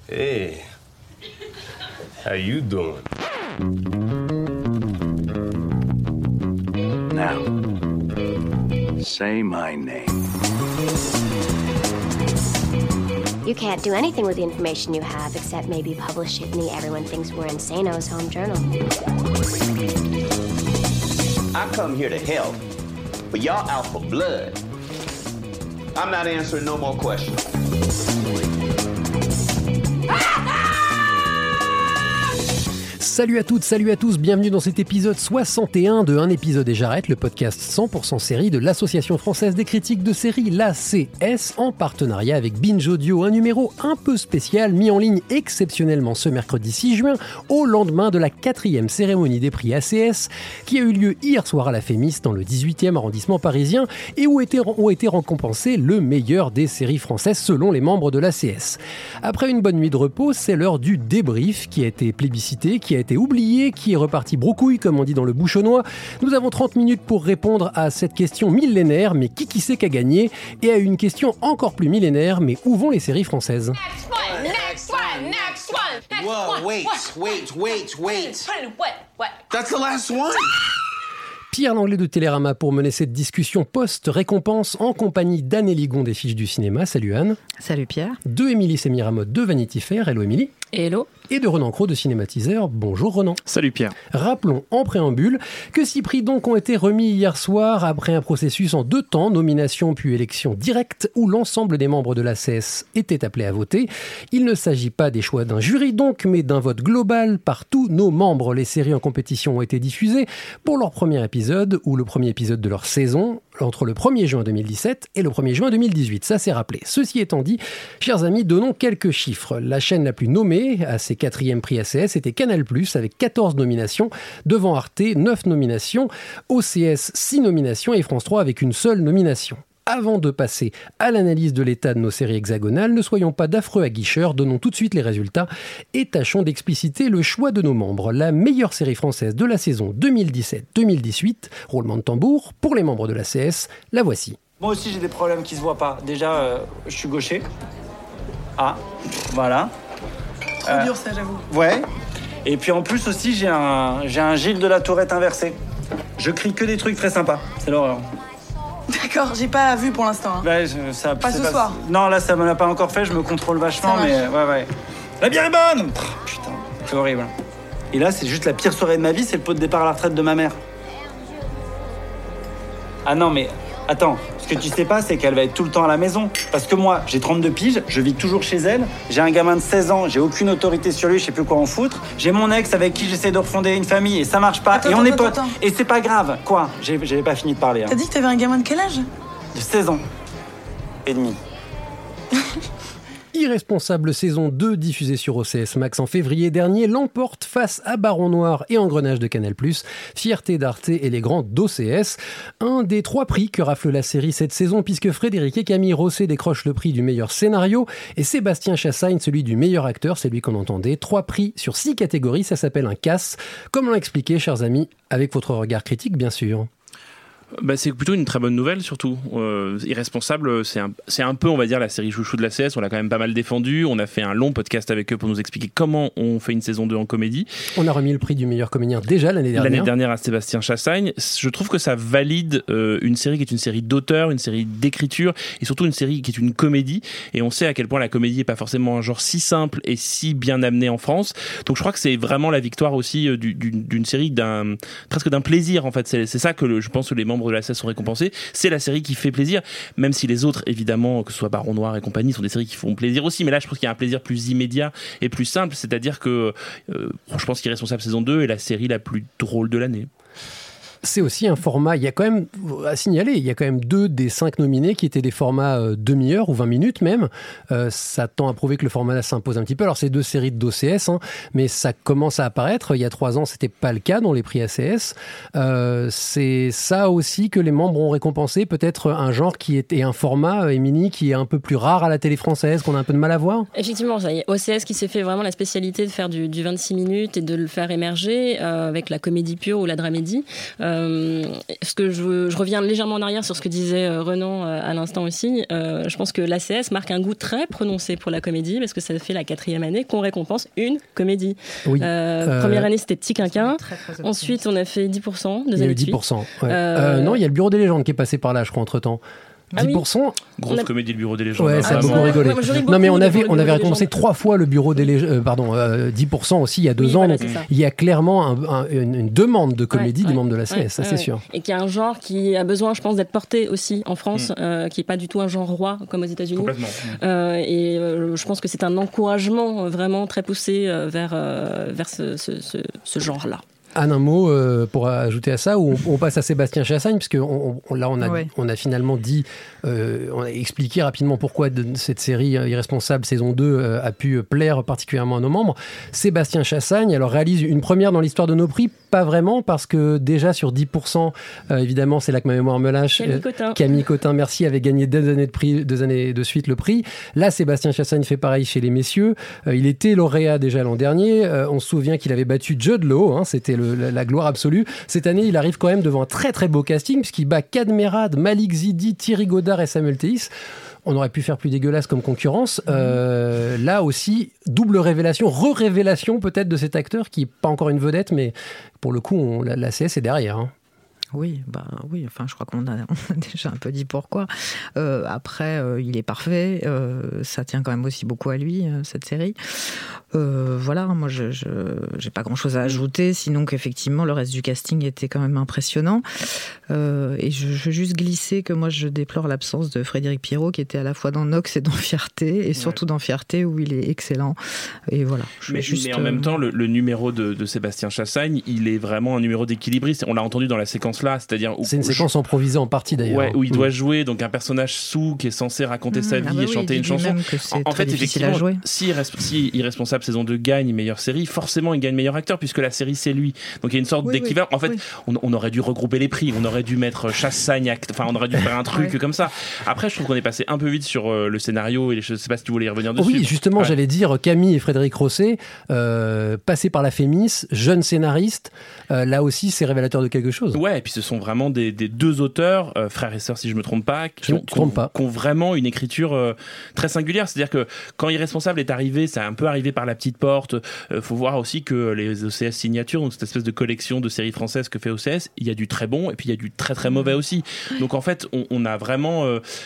Hey, how you doing? Now, say my name. You can't do anything with the information you have except maybe publish it in the Everyone Thinks We're Insano's home journal. I come here to help, but y'all out for blood. I'm not answering no more questions. Salut à toutes, salut à tous, bienvenue dans cet épisode 61 de Un épisode et j'arrête, le podcast 100% série de l'Association française des critiques de séries, l'ACS, en partenariat avec Binge Audio, un numéro un peu spécial mis en ligne exceptionnellement ce mercredi 6 juin, au lendemain de la 4e cérémonie des prix ACS, qui a eu lieu hier soir à la Fémis dans le 18e arrondissement parisien et où ont été récompensés le meilleur des séries françaises selon les membres de l'ACS. Après une bonne nuit de repos, c'est l'heure du débrief qui a été plébiscité, qui a été oublié, qui est reparti brocouille comme on dit dans le bouchonnois. Nous avons 30 minutes pour répondre à cette question millénaire, mais qui sait qu'a gagné, et à une question encore plus millénaire, mais où vont les séries françaises? Next one. Whoa, wait. What? That's the last one. Pierre Langlais de Télérama pour mener cette discussion post-récompense en compagnie d'Anne Eligon des Fiches du Cinéma. Salut Anne. Salut Pierre. De Émilie Semiramoth de Vanity Fair. Hello Émilie. Hello. Et de Renan Cros de Cinématiseur. Bonjour Renan. Salut Pierre. Rappelons en préambule que 6 prix donc ont été remis hier soir après un processus en 2 temps, nomination puis élection directe, où l'ensemble des membres de l'ACS étaient appelés à voter. Il ne s'agit pas des choix d'un jury donc, mais d'un vote global par tous nos membres. Les séries en compétition ont été diffusées pour leur premier épisode, ou le premier épisode de leur saison, entre le 1er juin 2017 et le 1er juin 2018. Ça s'est rappelé. Ceci étant dit, chers amis, donnons quelques chiffres. La chaîne la plus nommée à ces 4e prix ACS était Canal+, avec 14 nominations, devant Arte, 9 nominations, OCS, 6 nominations et France 3 avec une seule nomination. Avant de passer à l'analyse de l'état de nos séries hexagonales, ne soyons pas d'affreux aguicheurs, donnons tout de suite les résultats et tâchons d'expliciter le choix de nos membres. La meilleure série française de la saison 2017-2018, roulement de tambour, pour les membres de l'ACS, la voici. Moi aussi j'ai des problèmes qui se voient pas. Déjà, je suis gaucher. Ah, voilà. Trop dur ça, j'avoue. Ouais. Et puis en plus aussi j'ai un Gilles de la Tourette inversé. Je crie que des trucs très sympas. C'est l'horreur. D'accord, j'ai pas vu pour l'instant. Hein. Ouais, pas ce soir. Non, là, ça me l'a pas encore fait, je me contrôle vachement, mais ouais. La bière est bonne. Putain, c'est horrible. Et là, c'est juste la pire soirée de ma vie, c'est le pot de départ à la retraite de ma mère. Ah non, mais attends, ce que tu sais pas, c'est qu'elle va être tout le temps à la maison. Parce que moi, j'ai 32 piges, je vis toujours chez elle, j'ai un gamin de 16 ans, j'ai aucune autorité sur lui, je sais plus quoi en foutre. J'ai mon ex avec qui j'essaie de refonder une famille et ça marche pas, et on est potes. Et c'est pas grave. Quoi? J'avais pas fini de parler. Hein. T'as dit que t'avais un gamin de quel âge? De 16 ans et demi. Irresponsable saison 2 diffusée sur OCS Max en février dernier l'emporte face à Baron Noir et Engrenage de Canal+, Fierté d'Arte et les grands d'OCS. Un des 3 prix que rafle la série cette saison puisque Frédéric et Camille Rosset décrochent le prix du meilleur scénario et Sébastien Chassagne celui du meilleur acteur, c'est lui qu'on entendait. 3 prix sur 6 catégories, ça s'appelle un casse. Comme l'ont expliqué, chers amis, avec votre regard critique bien sûr. C'est plutôt une très bonne nouvelle surtout. Irresponsable, c'est un peu, on va dire, la série chouchou de la CS. On l'a quand même pas mal défendu. On a fait un long podcast avec eux pour nous expliquer comment on fait une saison 2 en comédie. On a remis le prix du meilleur comédien déjà l'année dernière. L'année dernière à Sébastien Chassagne. Je trouve que ça valide une série qui est une série d'auteur, une série d'écriture et surtout une série qui est une comédie. Et on sait à quel point la comédie est pas forcément un genre si simple et si bien amené en France. Donc je crois que c'est vraiment la victoire aussi d'une série, presque d'un plaisir en fait. C'est ça que je pense que les membres de la CS sont récompensés. C'est la série qui fait plaisir, même si les autres, évidemment, que ce soit Baron Noir et compagnie, sont des séries qui font plaisir aussi. Mais là, je pense qu'il y a un plaisir plus immédiat et plus simple. C'est-à-dire que je pense qu'Irresponsable saison 2 est la série la plus drôle de l'année. C'est aussi un format, il y a quand même, à signaler, il y a quand même 2 des 5 nominés qui étaient des formats demi-heure ou 20 minutes même. Ça tend à prouver que le format s'impose un petit peu. Alors c'est 2 séries d'OCS, mais ça commence à apparaître. Il y a 3 ans, c'était pas le cas dans les prix ACS. C'est ça aussi que les membres ont récompensé, peut-être un genre qui était un format, Émilie, qui est un peu plus rare à la télé française, qu'on a un peu de mal à voir. Effectivement, il y a OCS qui s'est fait vraiment la spécialité de faire du 26 minutes et de le faire émerger avec la comédie pure ou la dramédie. Ce que je reviens légèrement en arrière sur ce que disait Renan à l'instant aussi. Je pense que l'ACS marque un goût très prononcé pour la comédie parce que ça fait la 4e année qu'on récompense une comédie. Oui. Première année, c'était Petit Quinquin. Ensuite, on a fait 10%. Il y a eu 10%. Ouais. Non, il y a le Bureau des légendes qui est passé par là, je crois, entre-temps. 10%. Grosse comédie, le Bureau des légendes. Ouais, ça a beaucoup rigolé. Non, mais on avait récompensé 3 fois le Bureau des légendes, 10% aussi il y a 2 ans. Voilà, donc il y a clairement une demande de comédie du membre de la CS, ça c'est sûr. Et qui est un genre qui a besoin, je pense, d'être porté aussi en France, qui est pas du tout un genre roi comme aux États-Unis. Complètement. Je pense que c'est un encouragement vraiment très poussé vers ce genre-là. Anne, un mot pour ajouter à ça, ou on passe à Sébastien Chassagne, parce que on a finalement dit, on a expliqué rapidement pourquoi cette série Irresponsable saison 2 a pu plaire particulièrement à nos membres. Sébastien Chassagne réalise une première dans l'histoire de nos prix, pas vraiment, parce que déjà sur 10%, évidemment, c'est là que ma mémoire me lâche. Camille Cotin, merci, avait gagné 2 années de suite le prix. Là, Sébastien Chassagne fait pareil chez les messieurs. Il était lauréat déjà l'an dernier. On se souvient qu'il avait battu Jude Law, c'était la gloire absolue. Cette année, il arrive quand même devant un très très beau casting, puisqu'il bat Kad Merad, Malik Zidi, Thierry Godard et Samuel Théis. On aurait pu faire plus dégueulasse comme concurrence. Là aussi, double révélation, re-révélation peut-être de cet acteur qui n'est pas encore une vedette, mais pour le coup, la CS est derrière. Hein. Oui, enfin, je crois qu'on a déjà un peu dit pourquoi. Après, il est parfait. Ça tient quand même aussi beaucoup à lui, cette série. Voilà, moi, je j'ai pas grand-chose à ajouter, sinon qu'effectivement, le reste du casting était quand même impressionnant. Et je veux juste glisser que moi, je déplore l'absence de Frédéric Pierrot, qui était à la fois dans Nox et dans Fierté, et surtout dans Fierté, où il est excellent. Et voilà. Mais en même temps, le numéro de Sébastien Chassagne, il est vraiment un numéro d'équilibriste. On l'a entendu dans la séquence là, c'est-à-dire c'est une séquence improvisée en partie d'ailleurs. Ouais, où il doit jouer donc un personnage sourd qui est censé raconter sa vie et chanter une chanson. En fait, effectivement, si Irresponsable saison 2 gagne meilleure série, forcément il gagne meilleur acteur puisque la série c'est lui. Donc il y a une sorte d'équivalent. En fait, on aurait dû regrouper les prix, on aurait dû mettre Chassagne, enfin on aurait dû faire un truc comme ça. Après, je trouve qu'on est passé un peu vite sur le scénario et je sais pas si tu voulais y revenir dessus. Oui, justement, j'allais dire Camille et Frédéric Rosset, passés par la Fémis, jeunes scénaristes, là aussi c'est révélateur de quelque chose. Ouais, et puis ce sont vraiment des 2 auteurs, frères et sœurs si je me trompe pas, qui ont vraiment une écriture très singulière. C'est-à-dire que quand Irresponsable est arrivé, ça a un peu arrivé par la petite porte. Faut voir aussi que les OCS Signature, donc cette espèce de collection de séries françaises que fait OCS, il y a du très bon et puis il y a du très très mauvais aussi. Donc en fait, on a vraiment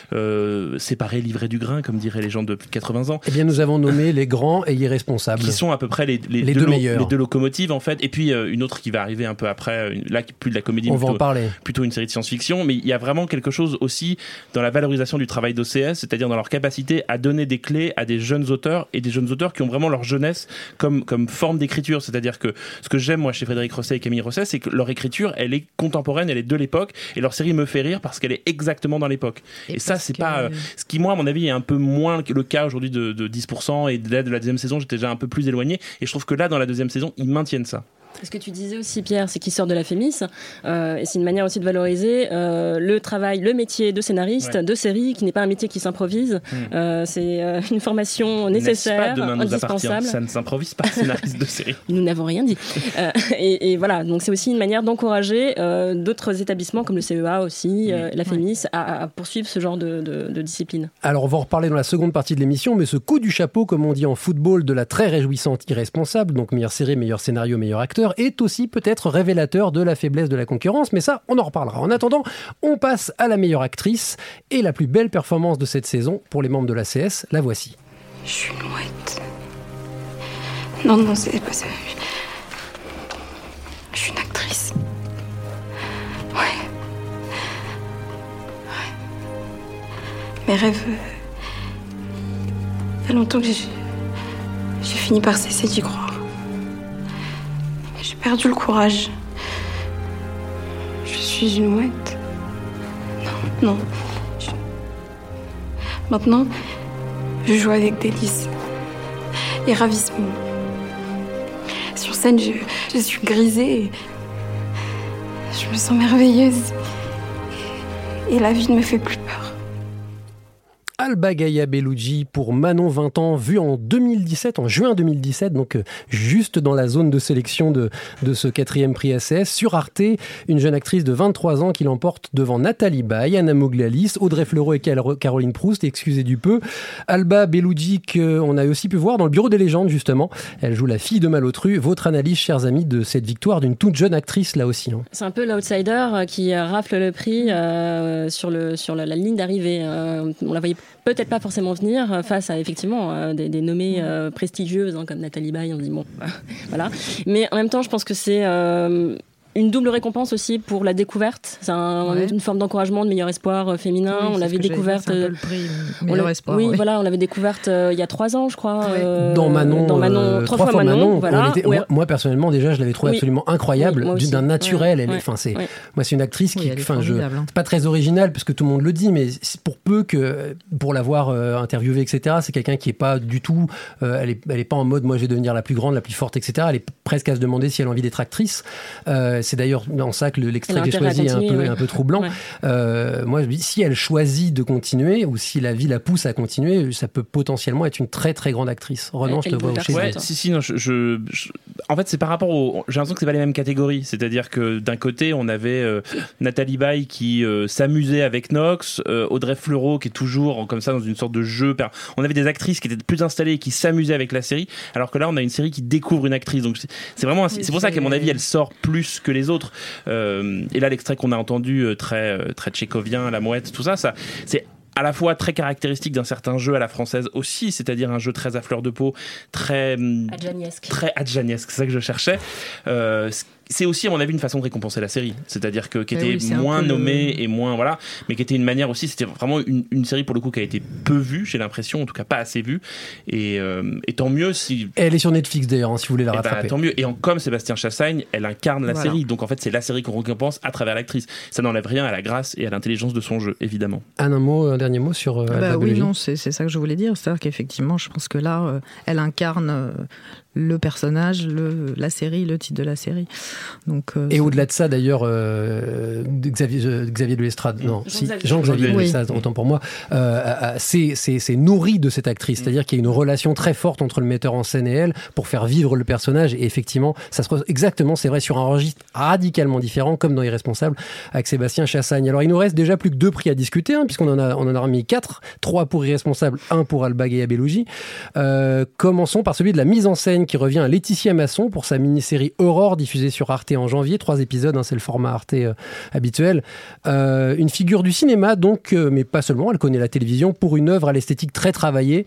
séparé l'ivraie du grain, comme diraient les gens de plus de 80 ans. Eh bien, nous avons nommé les grands et Irresponsables, qui sont à peu près les 2 meilleurs, les 2 locomotives en fait. Et puis une autre qui va arriver un peu après, là plus de la comédie, on va en parler. Plutôt une série de science-fiction, mais il y a vraiment quelque chose aussi dans la valorisation du travail d'OCS, c'est-à-dire dans leur capacité à donner des clés à des jeunes auteurs et des jeunes auteurs qui ont vraiment leur jeunesse comme forme d'écriture. C'est-à-dire que ce que j'aime moi chez Frédéric Rosset et Camille Rosset, c'est que leur écriture, elle est contemporaine, elle est de l'époque, et leur série me fait rire parce qu'elle est exactement dans l'époque. Et ça, c'est pas ce qui, moi, à mon avis, est un peu moins le cas aujourd'hui de 10%, et de la 2e saison, j'étais déjà un peu plus éloigné, et je trouve que là, dans la 2e saison, ils maintiennent ça. Ce que tu disais aussi, Pierre, c'est qu'il sort de la Fémis, et c'est une manière aussi de valoriser le travail, le métier de scénariste, de série, qui n'est pas un métier qui s'improvise. C'est une formation nécessaire, indispensable. Ça ne s'improvise pas, scénariste de série. Nous n'avons rien dit. Et voilà, donc c'est aussi une manière d'encourager d'autres établissements comme le CEA aussi, la Fémis, à poursuivre ce genre de discipline. Alors on va en reparler dans la seconde partie de l'émission, mais ce coup du chapeau, comme on dit en football, de la très réjouissante Irresponsable, donc meilleure série, meilleur scénario, meilleur acteur, est aussi peut-être révélateur de la faiblesse de la concurrence, mais ça, on en reparlera. En attendant, on passe à la meilleure actrice et la plus belle performance de cette saison pour les membres de la CS, la voici. Je suis une mouette. Non, c'est pas ça. Je suis une actrice. Ouais. Mes rêves... Il y a longtemps que j'ai fini par cesser d'y croire. J'ai perdu le courage. Je suis une mouette. Non. Maintenant, je joue avec délice et ravissement. Sur scène, je suis grisée. Je me sens merveilleuse. Et la vie ne me fait plus peur. Alba Gaia Bellucci pour Manon 20 ans, vue en 2017, en juin 2017, donc juste dans la zone de sélection de ce 4e prix ACS. Sur Arte, une jeune actrice de 23 ans qui l'emporte devant Nathalie Baye, Anna Mouglalis, Audrey Fleurot et Caroline Proust, excusez du peu. Alba Bellucci, qu'on a aussi pu voir dans le Bureau des légendes, justement. Elle joue la fille de Malotru. Votre analyse, chers amis, de cette victoire d'une toute jeune actrice, là aussi. C'est un peu l'outsider qui rafle le prix sur la ligne d'arrivée. On la voyait peut-être pas forcément venir face à effectivement des nommées prestigieuses comme Nathalie Baye. On dit bon, voilà. Mais en même temps, je pense que c'est une double récompense aussi pour la découverte. C'est une forme d'encouragement, de meilleur espoir féminin. Oui, on l'avait découverte. C'est un peu le prix meilleur espoir. Oui, voilà, on l'avait découverte il y a 3 ans, je crois. Dans Manon, 3 fois Manon. Voilà. Moi, personnellement, déjà, je l'avais trouvé absolument incroyable, d'un naturel. Moi, c'est une actrice qui, c'est pas très originale parce que tout le monde le dit, mais pour peu que, pour l'avoir interviewée, etc., c'est quelqu'un qui est pas du tout, elle est pas en mode, moi, je vais devenir la plus grande, la plus forte, etc. Elle est presque à se demander si elle a envie d'être actrice. C'est d'ailleurs dans ça que l'extrait que j'ai choisi est un peu troublant. Moi, je me dis, si elle choisit de continuer ou si la vie la pousse à continuer, ça peut potentiellement être une très très grande actrice. Renan, je te vois au chez en fait, c'est par rapport j'ai l'impression que c'est pas les mêmes catégories. C'est-à-dire que d'un côté, on avait Nathalie Baye qui s'amusait avec Nox, Audrey Fleurot qui est toujours comme ça dans une sorte de jeu. On avait des actrices qui étaient plus installées et qui s'amusaient avec la série, alors que là, on a une série qui découvre une actrice. Donc c'est vraiment c'est pour ça qu'à mon avis, elle sort plus que les autres. Et là, l'extrait qu'on a entendu, très tchécovien, la mouette, tout ça, c'est à la fois très caractéristique d'un certain jeu à la française aussi, c'est-à-dire un jeu très à fleur de peau, très adjaniesque, c'est ça que je cherchais. C'est aussi, à mon avis, une façon de récompenser la série. C'est-à-dire qui était moins nommée et moins, voilà, mais qui était une manière aussi, c'était vraiment une série pour le coup qui a été peu vue, j'ai l'impression, en tout cas pas assez vue. Et tant mieux si. Elle est sur Netflix d'ailleurs, si vous voulez la rattraper. Tant mieux. Et comme Sébastien Chassagne, elle incarne la série. Donc en fait, c'est la série qu'on récompense à travers l'actrice. Ça n'enlève rien à la grâce et à l'intelligence de son jeu, évidemment. Un dernier mot sur. Oui, non, c'est ça que je voulais dire. C'est-à-dire qu'effectivement, je pense que là, elle incarne le personnage, la série, le titre de la série. Donc, et au-delà de ça, d'ailleurs, Xavier de Lestrade, Jean-Xavier de Lestrade, autant pour moi, c'est nourri de cette actrice. C'est-à-dire qu'il y a une relation très forte entre le metteur en scène et elle pour faire vivre le personnage. Et effectivement, ça se passe exactement, c'est vrai, sur un registre radicalement différent, comme dans Irresponsable, avec Sébastien Chassagne. Alors, il nous reste déjà plus que 2 prix à discuter, puisqu'on en a remis 4, 3 pour Irresponsable, 1 pour Alba Gaia Bellucci. Commençons par celui de la mise en scène qui revient à Laetitia Masson pour sa mini-série Aurore diffusée sur Arte en janvier, 3 épisodes, c'est le format Arte habituel. Une figure du cinéma donc, mais pas seulement, elle connaît la télévision pour une œuvre à l'esthétique très travaillée.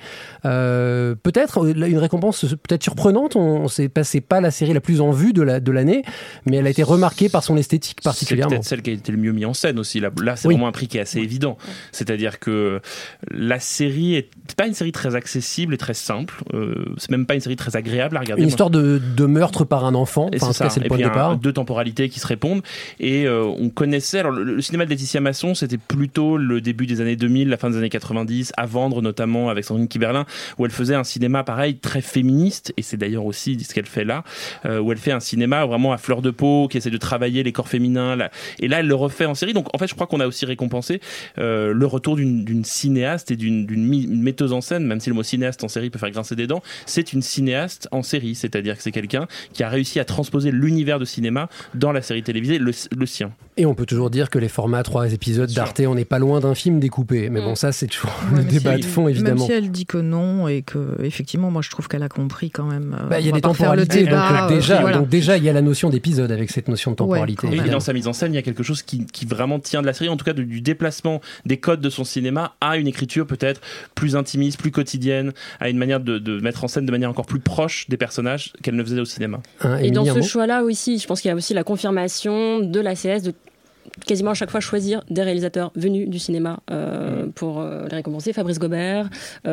Peut-être une récompense peut-être surprenante, c'est pas la série la plus en vue de l'année, mais elle a été remarquée par son esthétique particulièrement. C'est peut-être celle qui a été le mieux mise en scène aussi. Là c'est vraiment un prix qui est assez évident. C'est-à-dire que la série est pas une série très accessible et très simple. C'est même pas une série très agréable à regarder. Une histoire de meurtre par un enfant. Et c'est ça. C'est le point de départ. 2 temporalités qui se répondent. Et on connaissait. Alors, le cinéma de Laetitia Masson, c'était plutôt le début des années 2000, la fin des années 90, à vendre notamment avec Sandrine Kiberlin, où elle faisait un cinéma pareil, très féministe. Et c'est d'ailleurs aussi ce qu'elle fait là, où elle fait un cinéma vraiment à fleur de peau, qui essaie de travailler les corps féminins. Et là, elle le refait en série. Donc, en fait, je crois qu'on a aussi récompensé le retour d'une cinéaste et d'une metteuse en scène, même si le mot cinéaste en série peut faire grincer des dents. C'est une cinéaste en série, c'est-à-dire que c'est quelqu'un qui a réussi à transposer l'univers de cinéma dans la série télévisée, le sien. Et on peut toujours dire que les formats 3 épisodes d'Arte, on n'est pas loin d'un film découpé. Mais bon, ça, c'est toujours le débat de fond, évidemment. Même si elle dit que non, et que, effectivement, moi, je trouve qu'elle a compris quand même. Il y a des temporalités. Donc déjà, il y a la notion d'épisode avec cette notion de temporalité. Et dans sa mise en scène, il y a quelque chose qui vraiment tient de la série, en tout cas du déplacement des codes de son cinéma à une écriture peut-être plus intimiste, plus quotidienne, à une manière de mettre en scène de manière encore plus proche des personnages qu'elle ne faisait au cinéma. Et dans ce choix-là aussi, je pense qu'il y a aussi la confirmation de l'ACS de quasiment à chaque fois choisir des réalisateurs venus du cinéma pour les récompenser. Fabrice Gobert,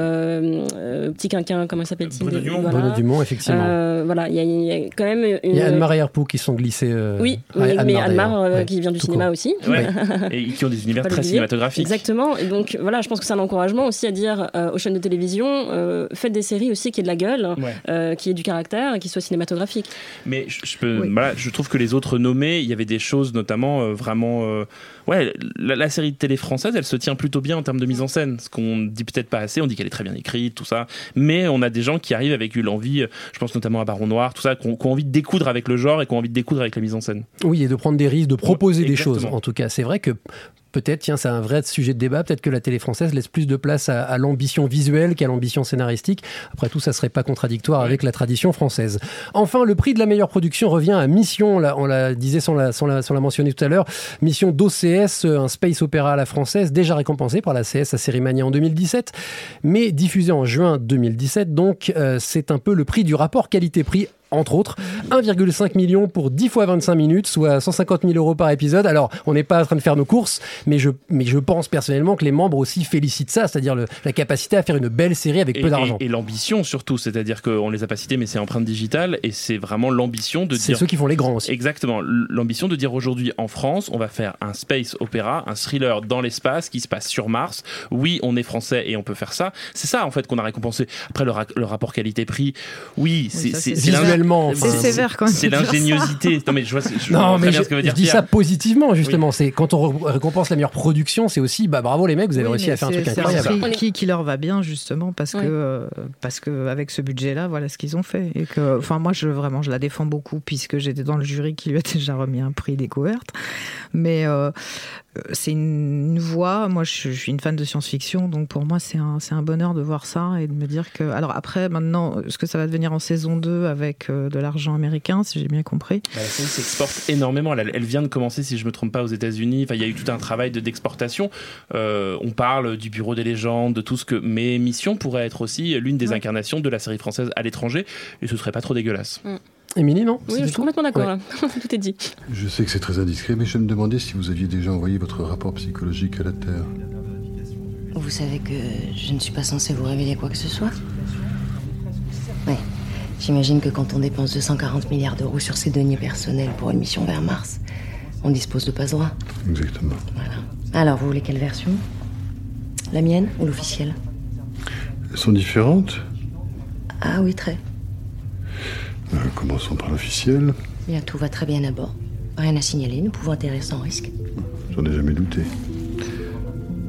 Petit Quinquin, comment s'appelle-t-il ? Bruno Dumont, effectivement. Voilà, il y a quand même il y a Anne-Marie Herpoux qui sont glissés. Oui, mais Anne-Marie qui vient du cinéma aussi. Ouais. Et qui ont des univers très cinématographiques. Exactement. Et donc voilà, je pense que c'est un encouragement aussi à dire aux chaînes de télévision, faites des séries aussi qui aient de la gueule, qui aient du caractère, qui soient cinématographiques. Mais je trouve que les autres nommés, il y avait des choses notamment vraiment vraiment... la série de télé française, elle se tient plutôt bien en termes de mise en scène, ce qu'on dit peut-être pas assez. On dit qu'elle est très bien écrite, tout ça, mais on a des gens qui arrivent avec l'envie, je pense notamment à Baron Noir, tout ça, qui ont envie de découdre avec le genre et qui ont envie de découdre avec la mise en scène. Oui, et de prendre des risques, de proposer des choses. En tout cas, c'est vrai que peut-être, tiens, c'est un vrai sujet de débat, peut-être que la télé française laisse plus de place à l'ambition visuelle qu'à l'ambition scénaristique. Après tout, ça serait pas contradictoire avec la tradition française. Enfin, le prix de la meilleure production revient à Mission, on la disait sans la mentionner tout à l'heure, Mission d'OCS, un space opéra à la française, déjà récompensé par la CS à Sérimania en 2017, mais diffusé en juin 2017, donc c'est un peu le prix du rapport qualité-prix, entre autres, 1,5 million pour 10 fois 25 minutes, soit 150 000 euros par épisode. Alors, on n'est pas en train de faire nos courses, mais je pense personnellement que les membres aussi félicitent ça, c'est-à-dire la capacité à faire une belle série avec peu d'argent. Et l'ambition surtout, c'est-à-dire qu'on les a pas cités, mais c'est empreinte digitale, et c'est vraiment l'ambition de dire... C'est ceux qui font les grands aussi. Exactement, l'ambition de dire aujourd'hui, en France, on va faire un space opéra, un thriller dans l'espace qui se passe sur Mars. Oui, on est français et on peut faire ça. C'est ça, en fait, qu'on a récompensé. Après, le rapport qualité-prix, oui, c'est visuellement... C'est sévère quand même. C'est l'ingéniosité. Non, mais je dis ça positivement, justement. C'est quand on récompense la meilleure production, c'est aussi bravo les mecs, vous avez réussi à faire un truc incroyable. C'est un prix qui leur va bien, justement, parce que avec ce budget-là, voilà ce qu'ils ont fait. Et que, enfin, moi, je la défends beaucoup, puisque j'étais dans le jury qui lui a déjà remis un prix découverte. Mais c'est une voie. Moi, je suis une fan de science-fiction, donc pour moi, c'est un bonheur de voir ça et de me dire que. Alors après, maintenant, ce que ça va devenir en saison 2 avec de l'argent américain, si j'ai bien compris. La série s'exporte énormément. Elle vient de commencer, si je me trompe pas, aux États-Unis. Enfin, il y a eu tout un travail d'exportation. On parle du Bureau des légendes, de tout ce que. Mais Mission pourrait être aussi l'une des incarnations de la série française à l'étranger, et ce serait pas trop dégueulasse. Émilie, non ? Oui, je suis complètement d'accord. Là. Tout est dit. Je sais que c'est très indiscret, mais je me demandais si vous aviez déjà envoyé votre rapport psychologique à la Terre. Vous savez que je ne suis pas censée vous révéler quoi que ce soit ? Oui. J'imagine que quand on dépense 240 milliards d'euros sur ses deniers personnels pour une mission vers Mars, on dispose de passe-droit. Exactement. Voilà. Alors, vous voulez quelle version ? La mienne ou l'officielle ? Elles sont différentes ? Ah oui, très. Commençons par l'officiel. Bien, tout va très bien à bord. Rien à signaler, nous pouvons atterrir sans risque. J'en ai jamais douté. L'officieuse ?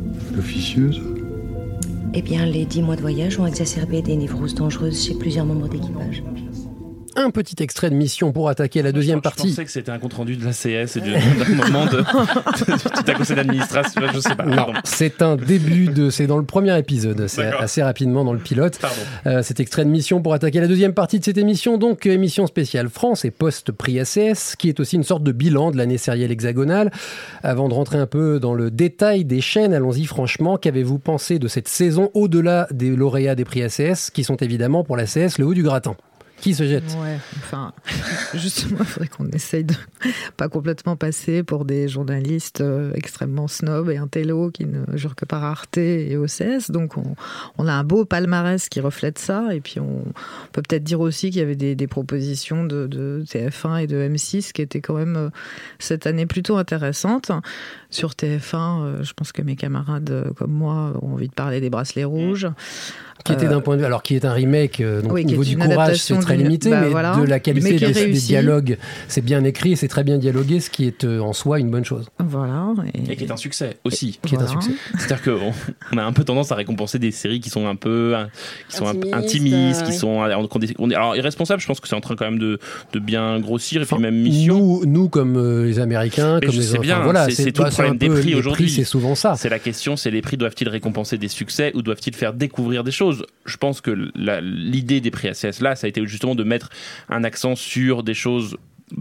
Eh bien, les 10 mois de voyage ont exacerbé des névroses dangereuses chez plusieurs membres d'équipage. Un petit extrait de Mission pour attaquer la deuxième partie. Je pensais que c'était un compte-rendu de la CS et d'un moment de tout à conseil d'administration, je sais pas. Non, c'est un début c'est dans le premier épisode, c'est assez rapidement dans le pilote. Cet extrait de Mission pour attaquer la deuxième partie de cette émission, donc émission spéciale France et post-prix ACS, qui est aussi une sorte de bilan de l'année sérielle hexagonale. Avant de rentrer un peu dans le détail des chaînes, allons-y franchement, qu'avez-vous pensé de cette saison au-delà des lauréats des prix ACS, qui sont évidemment pour l'ACS le haut du gratin ? Qui se jette ? Ouais, enfin, justement, il faudrait qu'on essaye de pas complètement passer pour des journalistes extrêmement snobs et intello qui ne jurent que par Arte et OCS. Donc, on a un beau palmarès qui reflète ça. Et puis, on peut peut-être dire aussi qu'il y avait des propositions de TF1 et de M6 qui étaient quand même cette année plutôt intéressantes. Sur TF1, je pense que mes camarades comme moi ont envie de parler des Bracelets Rouges. Qui était d'un point de vue, alors qui est un remake, donc au niveau du courage c'est très limité, mais voilà, de la qualité des dialogues, c'est bien écrit et c'est très bien dialogué, ce qui est en soi une bonne chose. Voilà. Et qui est un succès aussi. Qui est un succès. C'est-à-dire qu'on a un peu tendance à récompenser des séries qui sont un peu intimistes, qui sont alors irresponsables. Je pense que c'est en train quand même de bien grossir, et puis même Mission. Nous comme les Américains, mais comme les bien, voilà, c'est tout le problème des prix aujourd'hui. C'est souvent ça. C'est la question, c'est les prix doivent-ils récompenser des succès ou doivent-ils faire découvrir des choses? Je pense que l'idée des prix ACS là, ça a été justement de mettre un accent sur des choses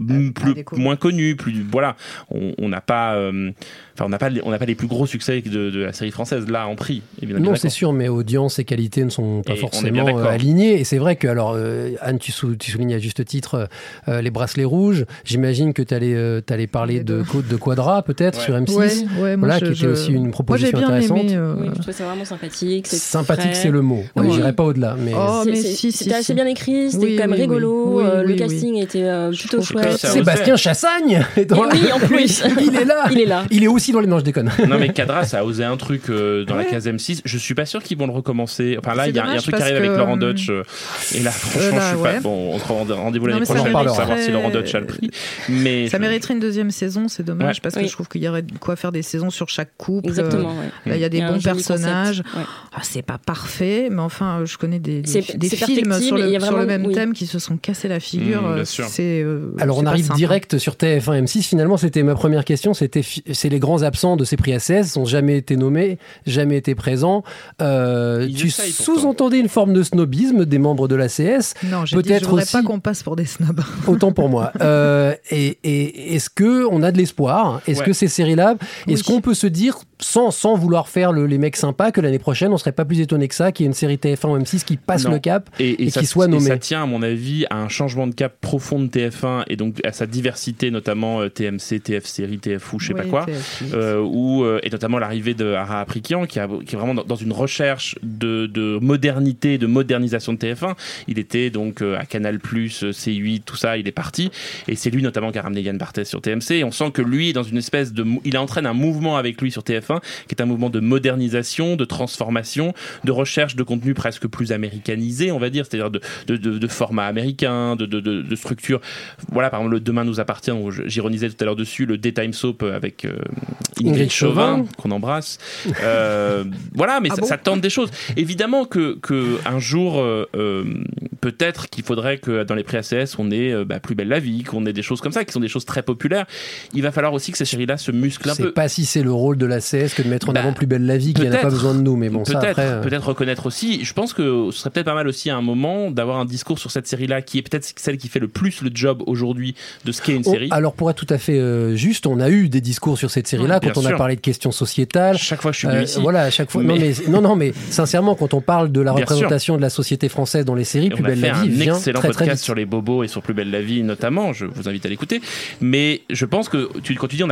moins connues, voilà. On n'a pas on n'a pas les plus gros succès de la série française là en prix, évidemment. Non, c'est sûr, mais audience et qualité ne sont pas forcément alignés. Et c'est vrai que, alors, Anne, tu soulignes à juste titre les Bracelets Rouges. J'imagine que tu allais parler de Quadra, peut-être, sur M6. Ouais, voilà, qui était aussi une proposition intéressante. Oui, je trouvais ça vraiment sympathique. Sympathique, c'est le mot. Ouais, j'irai pas au-delà. Mais c'était assez bien écrit, c'était quand même rigolo. Le casting était plutôt chouette. Sébastien Chassagne. Oui, en plus. Il est là. Il est aussi aussi dans les... Non, je déconne. Non, mais Cadras a osé un truc dans la case M6. Je suis pas sûr qu'ils vont le recommencer. Enfin là, il y a un truc qui arrive avec Laurent Deutsch. Et là, franchement, je suis pas... Bon, on se rend rendez-vous l'année prochaine pour savoir si Laurent Deutsch a le prix. Mais ça mériterait une deuxième saison, c'est dommage, parce que je trouve qu'il y aurait de quoi faire des saisons sur chaque couple. Exactement, il y a des bons personnages. C'est pas parfait, mais enfin, je connais des films sur le même thème qui se sont cassés la figure. Alors on arrive direct sur TF1 M6. Finalement, c'était ma première question. C'est les grands absents de ces prix ACS, n'ont jamais été nommés, jamais été présents. Tu sous-entendais une forme de snobisme des membres de l'ACS. Non, je ne voudrais pas qu'on passe pour des snobs. Autant pour moi. Et est-ce qu'on a de l'espoir ? Est-ce que ces séries-là, est-ce qu'on peut se dire, sans vouloir faire les mecs sympas, que l'année prochaine, on serait pas plus étonné que ça, qu'il y ait une série TF1 ou M6 qui passe le cap et qui soit nommée. Et ça tient, à mon avis, à un changement de cap profond de TF1 et donc à sa diversité, notamment TMC, TF Série, TFU, je sais pas quoi, et notamment l'arrivée de Ara Aprikian, qui est vraiment dans une recherche de modernité, de modernisation de TF1. Il était donc à Canal+, C8, tout ça, il est parti, et c'est lui notamment qui a ramené Yann Barthès sur TMC, et on sent que lui, dans une espèce de... Il entraîne un mouvement avec lui sur TF1, qui est un mouvement de modernisation, de transformation, de recherche de contenu presque plus américanisé, on va dire, c'est-à-dire de format américain, de structure. Voilà, par exemple, le Demain nous appartient, où j'ironisais tout à l'heure dessus, le Daytime Soap avec Ingrid Chauvin, qu'on embrasse. Voilà, mais ça tente des choses. Évidemment que un jour, peut-être qu'il faudrait que dans les prix ACS, on ait Plus belle la vie, qu'on ait des choses comme ça, qui sont des choses très populaires. Il va falloir aussi que ces séries-là se musclent un peu. Je sais pas si c'est le rôle de l'ACS que de mettre en avant Plus belle la vie, qui n'a pas besoin de nous, mais bon, ça après... Peut-être reconnaître aussi, je pense que ce serait peut-être pas mal aussi à un moment d'avoir un discours sur cette série-là, qui est peut-être celle qui fait le plus le job aujourd'hui de ce qu'est une série. Alors pour être tout à fait juste, on a eu des discours sur cette série-là quand on a parlé de questions sociétales. Chaque fois je suis venu ici. Voilà, à chaque fois. Mais... Non, mais sincèrement, quand on parle de la représentation de la société française dans les séries, Plus belle la vie vient un excellent très, podcast très sur les bobos et sur Plus belle la vie notamment. Je vous invite à l'écouter. Mais je pense que quand tu dis on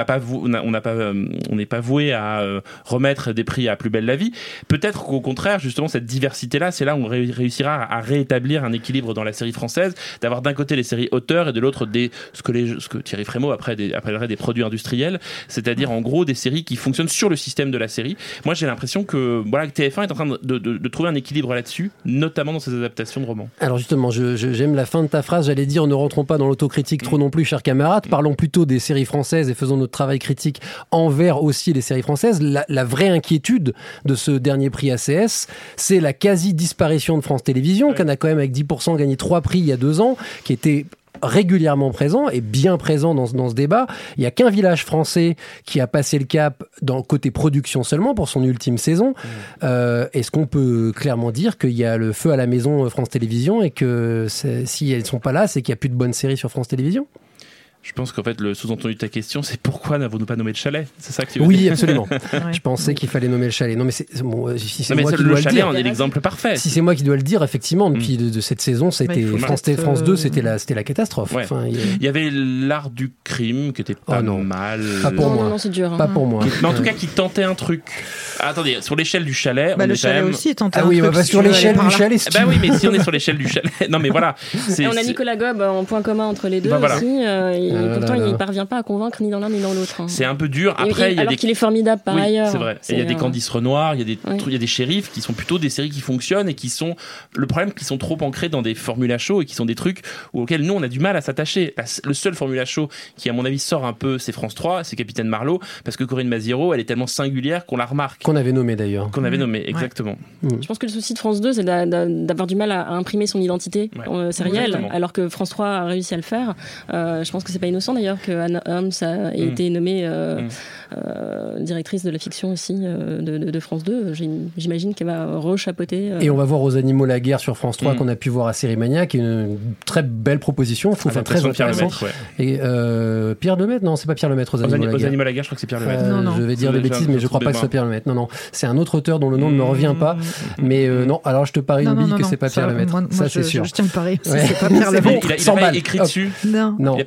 n'est pas voué à remettre des prix à Plus belle la vie, peut-être qu'au contraire, justement, cette diversité-là, c'est là où on réussira à rétablir un équilibre dans la série française, d'avoir d'un côté les séries auteurs et de l'autre ce que Thierry Frémaux appellerait des produits industriels, c'est-à-dire en gros des séries qui fonctionnent sur le système de la série. Moi, j'ai l'impression que TF1 est en train de trouver un équilibre là-dessus, notamment dans ses adaptations de romans. Alors justement, j'aime la fin de ta phrase. J'allais dire, ne rentrons pas dans l'autocritique trop non plus, chers camarades. Parlons plutôt des séries françaises et faisons notre travail critique envers aussi les séries françaises. La vraie inquiétude de ce dernier prix ACS, c'est la quasi-disparition de France Télévisions, qu'on a quand même avec 10% gagné 3 prix il y a 2 ans, qui était régulièrement présent et bien présent dans ce débat. Il n'y a qu'un village français qui a passé le cap dans le côté production seulement pour son ultime saison. Est-ce qu'on peut clairement dire qu'il y a le feu à la maison France Télévisions et que si elles ne sont pas là, c'est qu'il n'y a plus de bonnes séries sur France Télévisions ? Je pense qu'en fait, le sous-entendu de ta question, c'est pourquoi n'avons-nous pas nommé le chalet ? C'est ça que tu veux dire ? Oui, absolument. Je pensais qu'il fallait nommer le chalet. Non, mais si c'est moi qui dois le chalet, dire, on est l'exemple parfait. Si c'est moi qui dois le dire, effectivement, depuis de cette saison, c'était France 2, c'était la catastrophe. Ouais. Enfin, il y avait l'art du crime qui était pas mal. Pas pour moi. Non, c'est dur. Pas pour moi. Mais en tout cas, qui tentait un truc. Attendez, sur l'échelle du chalet, on est le chalet quand même... aussi tentait un truc. Ah oui, sur l'échelle du chalet, si oui, mais si on est sur l'échelle du chalet, non mais voilà. On a Nicolas Gob en point commun entre les deux aussi. Pourtant, il parvient pas à convaincre ni dans l'un ni dans l'autre. C'est un peu dur. Après, alors qu'il est formidable par ailleurs. C'est vrai. Il y a des Candice Renoir, il y a des shérifs qui sont plutôt des séries qui fonctionnent et qui sont le problème, qui sont trop ancrés dans des formulas show et qui sont des trucs auxquels nous on a du mal à s'attacher. Le seul formula show qui à mon avis sort un peu, c'est France 3, c'est Capitaine Marlowe, parce que Corinne Maziero, elle est tellement singulière qu'on la remarque. Qu'on avait nommé d'ailleurs. Exactement. Je pense que le souci de France 2, c'est d'avoir du mal à imprimer son identité sérielle, alors que France 3 a réussi à le faire. Je pense que c'est pas innocent d'ailleurs que Anne Holmes a été nommée directrice de la fiction aussi de France 2. J'imagine qu'elle va rechapeauter. Et on va voir Aux animaux la guerre sur France 3 qu'on a pu voir à Série Mania, qui est une très belle proposition, je trouve, très intéressante. Et Pierre Lemaitre, non, c'est pas Pierre Lemaitre Aux animaux la guerre, je crois que c'est Pierre Lemaitre. Je vais dire des bêtises, mais je crois pas que ce soit Pierre Lemaitre. Non, c'est un autre auteur dont le nom ne me revient pas. Mais non, alors je te parie une bille que c'est pas Pierre Lemaitre. Ça, c'est sûr. Je tiens le pari. C'est pas Pierre Lemaitre. Il a pas écrit dessus. Non. Il a pas écrit la série.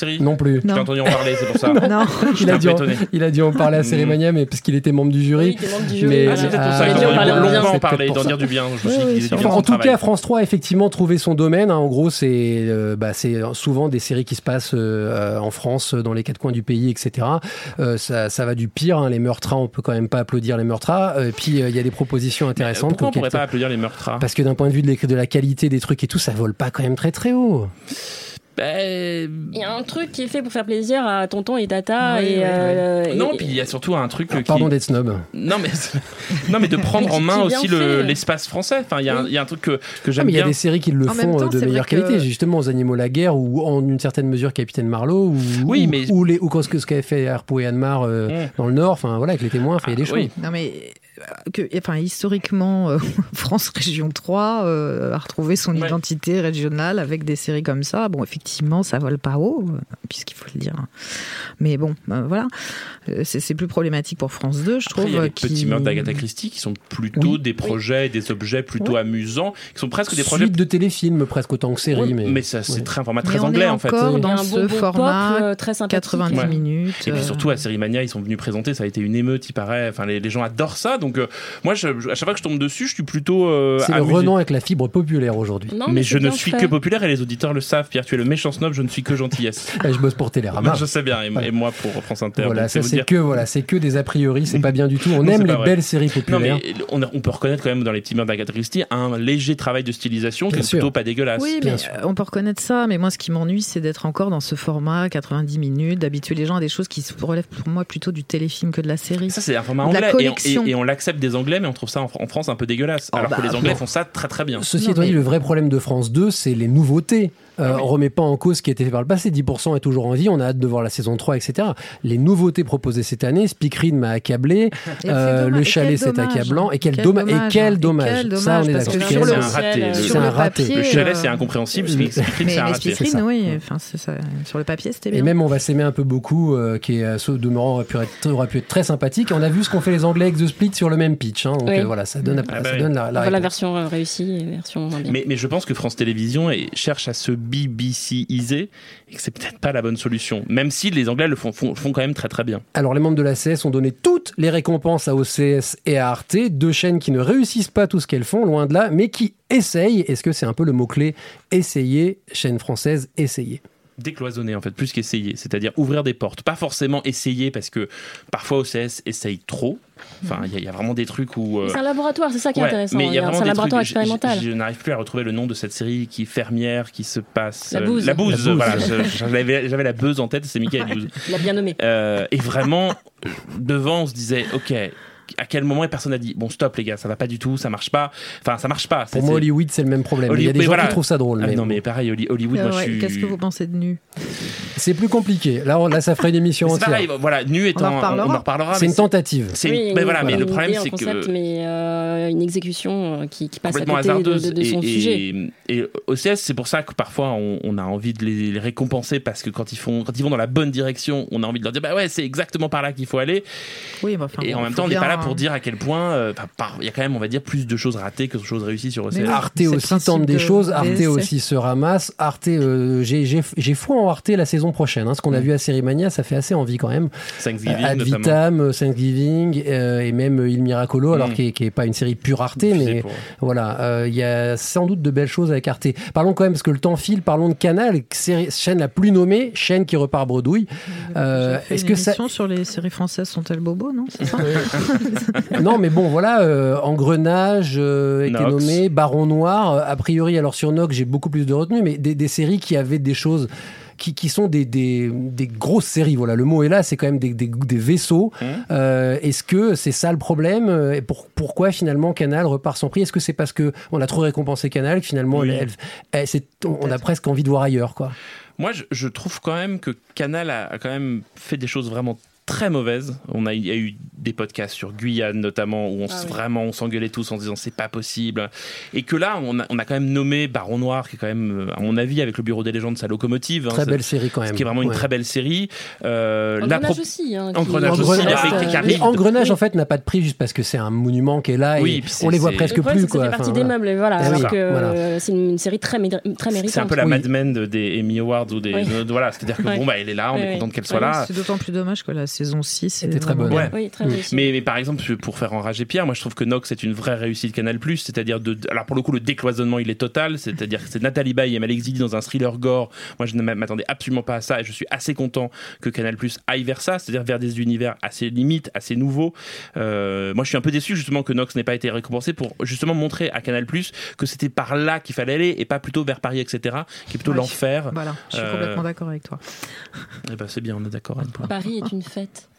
série? Non plus. J'ai entendu en parler, c'est pour ça. Non. Il a dû en parler à Cérémania, mais parce qu'il était membre du jury. Oui, il était membre du jury. Mais c'est peut-être pour ça qu'ils ont longtemps en parler, d'en dire du bien. En tout cas, France 3 a effectivement trouvé son domaine. En gros, c'est souvent des séries qui se passent en France, dans les quatre coins du pays, etc. Ça va du pire. Les meurtras, on peut quand même pas applaudir les meurtras. Puis il y a des propositions intéressantes. Pourquoi on pourrait pas applaudir les meurtras? Parce que d'un point de vue de la qualité des trucs et tout, ça vole pas quand même très très haut. Il y a un truc qui est fait pour faire plaisir à tonton et tata. Non, puis il y a surtout un truc Pardon d'être snob. Non, mais de prendre en main aussi l'espace français. Enfin, il y a un truc que j'aime bien. Il y a des séries qui le font de meilleure qualité. Justement, Aux Animaux la guerre, ou en une certaine mesure Capitaine Marlowe, ou ce qu'avait fait Harpo et Anne-Mar dans le Nord. Enfin, voilà, avec les témoins, il y a des choses. Non, mais... historiquement, France Région 3 a retrouvé son identité régionale avec des séries comme ça. Bon, effectivement, ça vole pas haut, puisqu'il faut le dire. Mais bon, voilà. C'est plus problématique pour France 2, je trouve. Après, il y a les petits meurtres d'Agatha Christie qui sont plutôt des projets, des objets plutôt amusants, qui sont presque des projets de téléfilms, presque autant que séries. Mais c'est un format très anglais, en fait. Encore dans ce format, très 90 minutes. Et puis surtout, à Série Mania, ils sont venus présenter, ça a été une émeute, il paraît. Enfin, les gens adorent ça. Donc, moi, à chaque fois que je tombe dessus, je suis plutôt c'est amusé. le Renan avec la fibre populaire aujourd'hui. Mais je ne suis que populaire et les auditeurs le savent. Pierre, tu es le méchant snob, je ne suis que gentillesse. Je bosse pour Télérama. Je sais bien, et moi pour France Inter. Voilà, ça, c'est que des a priori, c'est pas bien du tout. On aime les belles séries populaires. Non, mais on peut reconnaître quand même dans les petits meurtres d'Agatha Christie un léger travail de stylisation qui est plutôt pas dégueulasse. Oui, mais on peut reconnaître ça, mais moi ce qui m'ennuie, c'est d'être encore dans ce format 90 minutes, d'habituer les gens à des choses qui relèvent pour moi plutôt du téléfilm que de la série. Ça, c'est un format anglais, et on l'accepte des Anglais, mais on trouve ça en France un peu dégueulasse. Alors que les Anglais font ça très très bien. Ceci étant dit, le vrai problème de France 2, c'est les nouveautés. On remet pas en cause ce qui a été fait par le passé. 10% est toujours en vie, on a hâte de voir la saison 3, etc. Les nouveautés proposées cette année, Speakerine m'a accablé, le chalet c'est accablant, et quel dommage. Ça, on est d'accord. C'est un raté. Le chalet c'est incompréhensible, Speakerine c'est un raté. Speakerine, oui, sur le papier c'était bien. Et même On va s'aimer un peu beaucoup, qui est demeurant aurait pu être très sympathique. On a vu ce qu'ont fait les Anglais avec The Split sur le même pitch. Donc voilà, ça donne la version réussie et version moins bien. Mais je pense que France Télévisions cherche à se BBC-iser et que c'est peut-être pas la bonne solution, même si les Anglais le font quand même très très bien. Alors les membres de l'ACS ont donné toutes les récompenses à OCS et à Arte, deux chaînes qui ne réussissent pas tout ce qu'elles font, loin de là, mais qui essayent. Est-ce que c'est un peu le mot-clé? Essayer, chaîne française, essayer. Décloisonner en fait, plus qu'essayer, c'est-à-dire ouvrir des portes, pas forcément essayer parce que parfois OCS essaye trop. Enfin, il y a vraiment des trucs où... C'est un laboratoire, c'est ça qui est intéressant. Mais il y a vraiment c'est un des laboratoire trucs, expérimental. Je n'arrive plus à retrouver le nom de cette série qui est fermière, qui se passe... La bouse. La bouse. Voilà, j'avais la bouse en tête, c'est Mickaël Bouse. Il l'a bien nommé. Et vraiment, devant, on se disait, ok... À quel moment personne n'a dit bon stop les gars, ça va pas du tout, ça marche pas. Enfin ça marche pas. Pour moi Hollywood c'est le même problème. Il y a des gens qui trouvent ça drôle. Non mais pareil Hollywood moi je suis. Qu'est-ce que vous pensez de Nu? C'est plus compliqué. Là ça ferait une émission entière. C'est pareil, voilà, Nu étant on en reparlera. C'est une tentative. Mais le problème c'est que mais une exécution qui passe à complètement côté hasardeuse de son sujet. Et OCS c'est pour ça que parfois on a envie de les récompenser parce que quand ils vont dans la bonne direction, on a envie de leur dire bah ouais c'est exactement par là qu'il faut aller. Oui, et en même temps on n'est pas là pour dire à quel point il y a quand même on va dire plus de choses ratées que de choses réussies sur OCS. Arte aussi tente des choses, Arte aussi se ramasse. Arte, j'ai foi en Arte la saison prochaine. Ce qu'on a vu à Série Mania, ça fait assez envie quand même. Thanksgiving Ad Vitam, Thanksgiving et même Il Miracolo, alors qui est pas une série pure Arte, mais voilà, il y a sans doute de belles choses avec Arte. Parlons quand même parce que le temps file. Parlons de Canal, chaîne la plus nommée, chaîne qui repart bredouille. Est-ce que ça sur les séries françaises sont-elles bobo, non? C'est ça. Non, mais bon, voilà, Engrenage était nommé, Baron Noir, a priori, alors sur Nox, j'ai beaucoup plus de retenue, mais des séries qui avaient des choses qui sont des grosses séries, voilà, le mot est là, c'est quand même des vaisseaux. Est-ce que c'est ça le problème? Et pourquoi finalement Canal repart sans prix? Est-ce que c'est parce qu'on a trop récompensé Canal que finalement on a presque envie de voir ailleurs, quoi? Moi, je trouve quand même que Canal a quand même fait des choses vraiment très mauvaise. Il y a eu des podcasts sur Guyane notamment où on s'engueulait tous en se disant c'est pas possible, et que là on a quand même nommé Baron Noir, qui est quand même à mon avis avec le Bureau des légendes sa locomotive, très belle série quand même, qui est vraiment une très belle série. Engrenage aussi, Engrenage en fait n'a pas de prix juste parce que c'est un monument qui est là et on les voit presque plus, quoi. Ça fait partie des meubles, voilà, alors que c'est une série très méritante. C'est un peu la Mad Men des Emmy Awards ou des voilà, c'est-à-dire que elle est là, on est content qu'elle soit là. C'est d'autant plus dommage que la saison 6 était très bonne. Oui, très bonne. Mais par exemple, pour faire enrager Pierre, moi je trouve que Nox est une vraie réussite Canal+, c'est-à-dire alors pour le coup le décloisonnement il est total, c'est-à-dire que c'est Nathalie Baye et Malek Zidi dans un thriller gore. Moi je ne m'attendais absolument pas à ça et je suis assez content que Canal+ aille vers ça, c'est-à-dire vers des univers assez limites, assez nouveaux. Moi je suis un peu déçu justement que Nox n'ait pas été récompensé pour justement montrer à Canal+ que c'était par là qu'il fallait aller et pas plutôt vers Paris, etc., qui est plutôt l'enfer. Voilà, je suis complètement d'accord avec toi. Eh ben c'est bien, on est d'accord. Paris est une fête.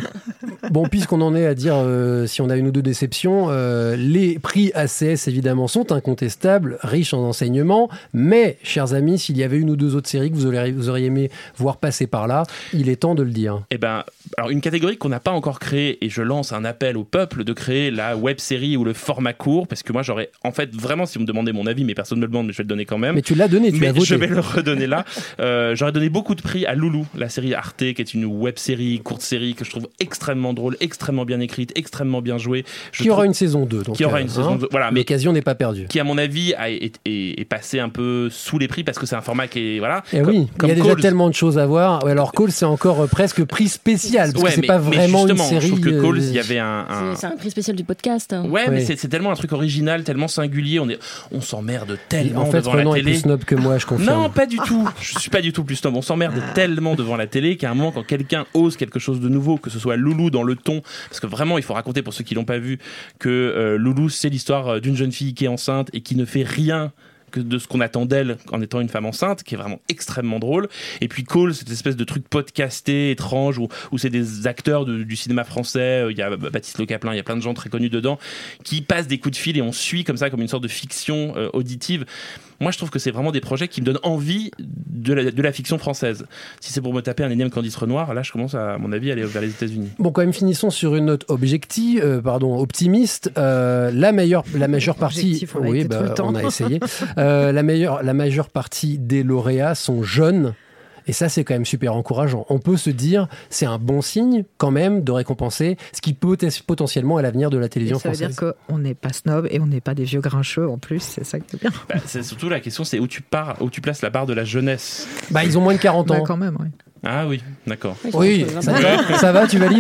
Bon, puisqu'on en est à dire si on a une ou deux déceptions, les prix ACS évidemment sont incontestables, riches en enseignements, mais chers amis, s'il y avait une ou deux autres séries que vous auriez aimé voir passer par là, il est temps de le dire. Eh ben, alors une catégorie qu'on n'a pas encore créée, et je lance un appel au peuple de créer la web série ou le format court, parce que moi j'aurais, en fait, vraiment, si vous me demandez mon avis, mais personne ne me le demande, mais je vais le donner quand même. Mais tu l'as donné, tu l'as voté. Je vais le redonner là. J'aurais donné beaucoup de prix à Loulou, la série Arte, qui est une web série, courte série que je trouve extrêmement drôle, extrêmement bien écrite, extrêmement bien jouée. Qui aura une saison 2. Donc, qui aura une saison 2. Voilà, mais l'occasion n'est pas perdue. Qui, à mon avis, est passé un peu sous les prix parce que c'est un format qui est. Voilà. Et oui, il y a déjà tellement de choses à voir. Alors, Call, c'est encore presque prix spécial, parce que c'est pas vraiment une série. Je trouve que Call, il y avait c'est un prix spécial du podcast. Ouais, mais c'est tellement un truc original, tellement singulier. On s'emmerde tellement en fait, devant la télé. Renan est plus snob que moi, je confirme. Non, pas du tout. Je suis pas du tout plus snob. On s'emmerde tellement devant la télé qu'à un moment, quand quelqu'un ose quelque chose de nouveau, que ce soit Loulou dans le ton, parce que vraiment, il faut raconter pour ceux qui l'ont pas vu que Loulou, c'est l'histoire d'une jeune fille qui est enceinte et qui ne fait rien que de ce qu'on attend d'elle en étant une femme enceinte, qui est vraiment extrêmement drôle. Et puis Call, cette espèce de truc podcasté, étrange, où c'est des acteurs du cinéma français, il y a Baptiste Le Caplin, il y a plein de gens très connus dedans, qui passent des coups de fil et on suit comme ça, comme une sorte de fiction auditive. Moi, je trouve que c'est vraiment des projets qui me donnent envie de la fiction française. Si c'est pour me taper un énième Candice Renoir, là, je commence à mon avis, à aller vers les États-Unis. Bon, quand même, finissons sur une note optimiste. La majeure partie, oui, on a essayé. La majeure partie des lauréats sont jeunes. Et ça, c'est quand même super encourageant. On peut se dire, c'est un bon signe quand même de récompenser ce qui peut être potentiellement à l'avenir de la télévision française. Ça veut dire qu'on n'est pas snob et on n'est pas des vieux grincheux en plus, c'est ça qui est bien. C'est surtout la question, c'est où tu places la barre de la jeunesse. Ils ont moins de 40 ans. Quand même, oui. Ah oui, d'accord. Oui, ça va, tu valides ?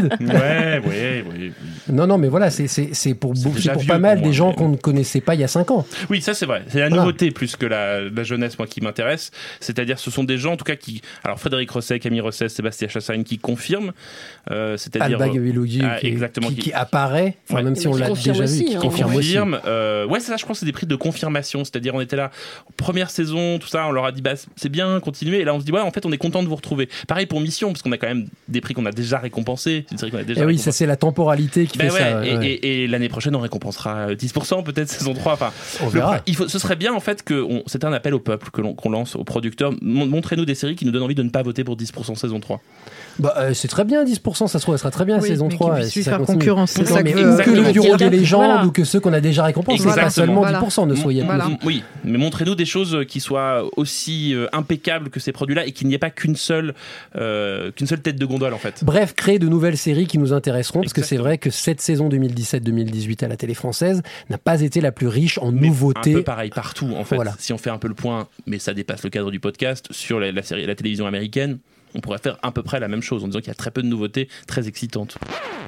Oui. Non, mais voilà, c'est pour pas mal des gens qu'on ne connaissait pas il y a 5 ans. Oui, ça c'est vrai. C'est la nouveauté plus que la jeunesse, moi, qui m'intéresse. C'est-à-dire, ce sont des gens, en tout cas, qui... Alors, Frédéric Rosset, Camille Rosset, Sébastien Chassagne, qui confirment. C'est-à-dire... Alba Gavilogi, qui apparaît, même si on l'a déjà vu, qui confirme aussi. Ouais, c'est ça, je pense que c'est des prix de confirmation. C'est-à-dire, on était là, première saison, tout ça, on leur a dit, c'est bien, continuez. Et là, on se dit, en fait, on est content de vous retrouver. Pareil pour Mission, parce qu'on a quand même des prix qu'on a déjà récompensés. C'est une série qu'on a déjà oui, ça c'est la temporalité qui fait ça. Et l'année prochaine, on récompensera 10%, peut-être saison 3. Enfin, on verra. Ce serait bien en fait c'est un appel au peuple qu'on lance aux producteurs. Montrez-nous des séries qui nous donnent envie de ne pas voter pour 10% saison 3. C'est très bien 10%, ça se trouve, elle sera très bien saison 3. Si ça concurrence, c'est ça que le Bureau des légendes ou que ceux qu'on a déjà récompensés, pas seulement 10%, ne soyez pas. Oui, mais montrez-nous des choses qui soient aussi impeccables que ces produits-là et qu'il n'y ait pas qu'une seule tête de gondole en fait. Bref, créer de nouvelles séries qui nous intéresseront, parce que c'est vrai que cette saison 2017-2018 à la télé française n'a pas été la plus riche en nouveautés. Un peu pareil partout en fait. Voilà. Si on fait un peu le point, mais ça dépasse le cadre du podcast, sur la télévision américaine, on pourrait faire à peu près la même chose en disant qu'il y a très peu de nouveautés très excitantes.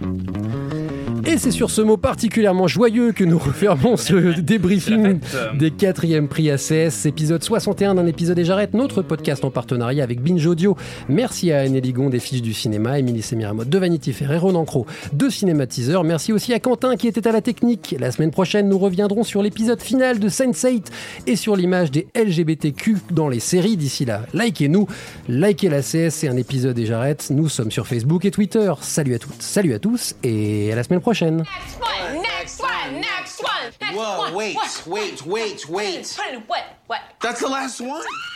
Et c'est sur ce mot particulièrement joyeux que nous refermons ce débriefing des 4e prix ACS, épisode 61 d'un épisode et j'arrête, notre podcast en partenariat avec Binge Audio. Merci à Anne Ligon des Fiches du Cinéma, Émilie Semiramotte de Vanity Fair et Ronan Cros de Cinématiseur. Merci aussi à Quentin qui était à la technique. La semaine prochaine, nous reviendrons sur l'épisode final de Sense8 et sur l'image des LGBTQ dans les séries. D'ici là, likez-nous, likez l'ACS, c'est un épisode et j'arrête. Nous sommes sur Facebook et Twitter. Salut à toutes, salut à tous et à la semaine prochaine. Next one. Whoa, wait. What? That's the last one.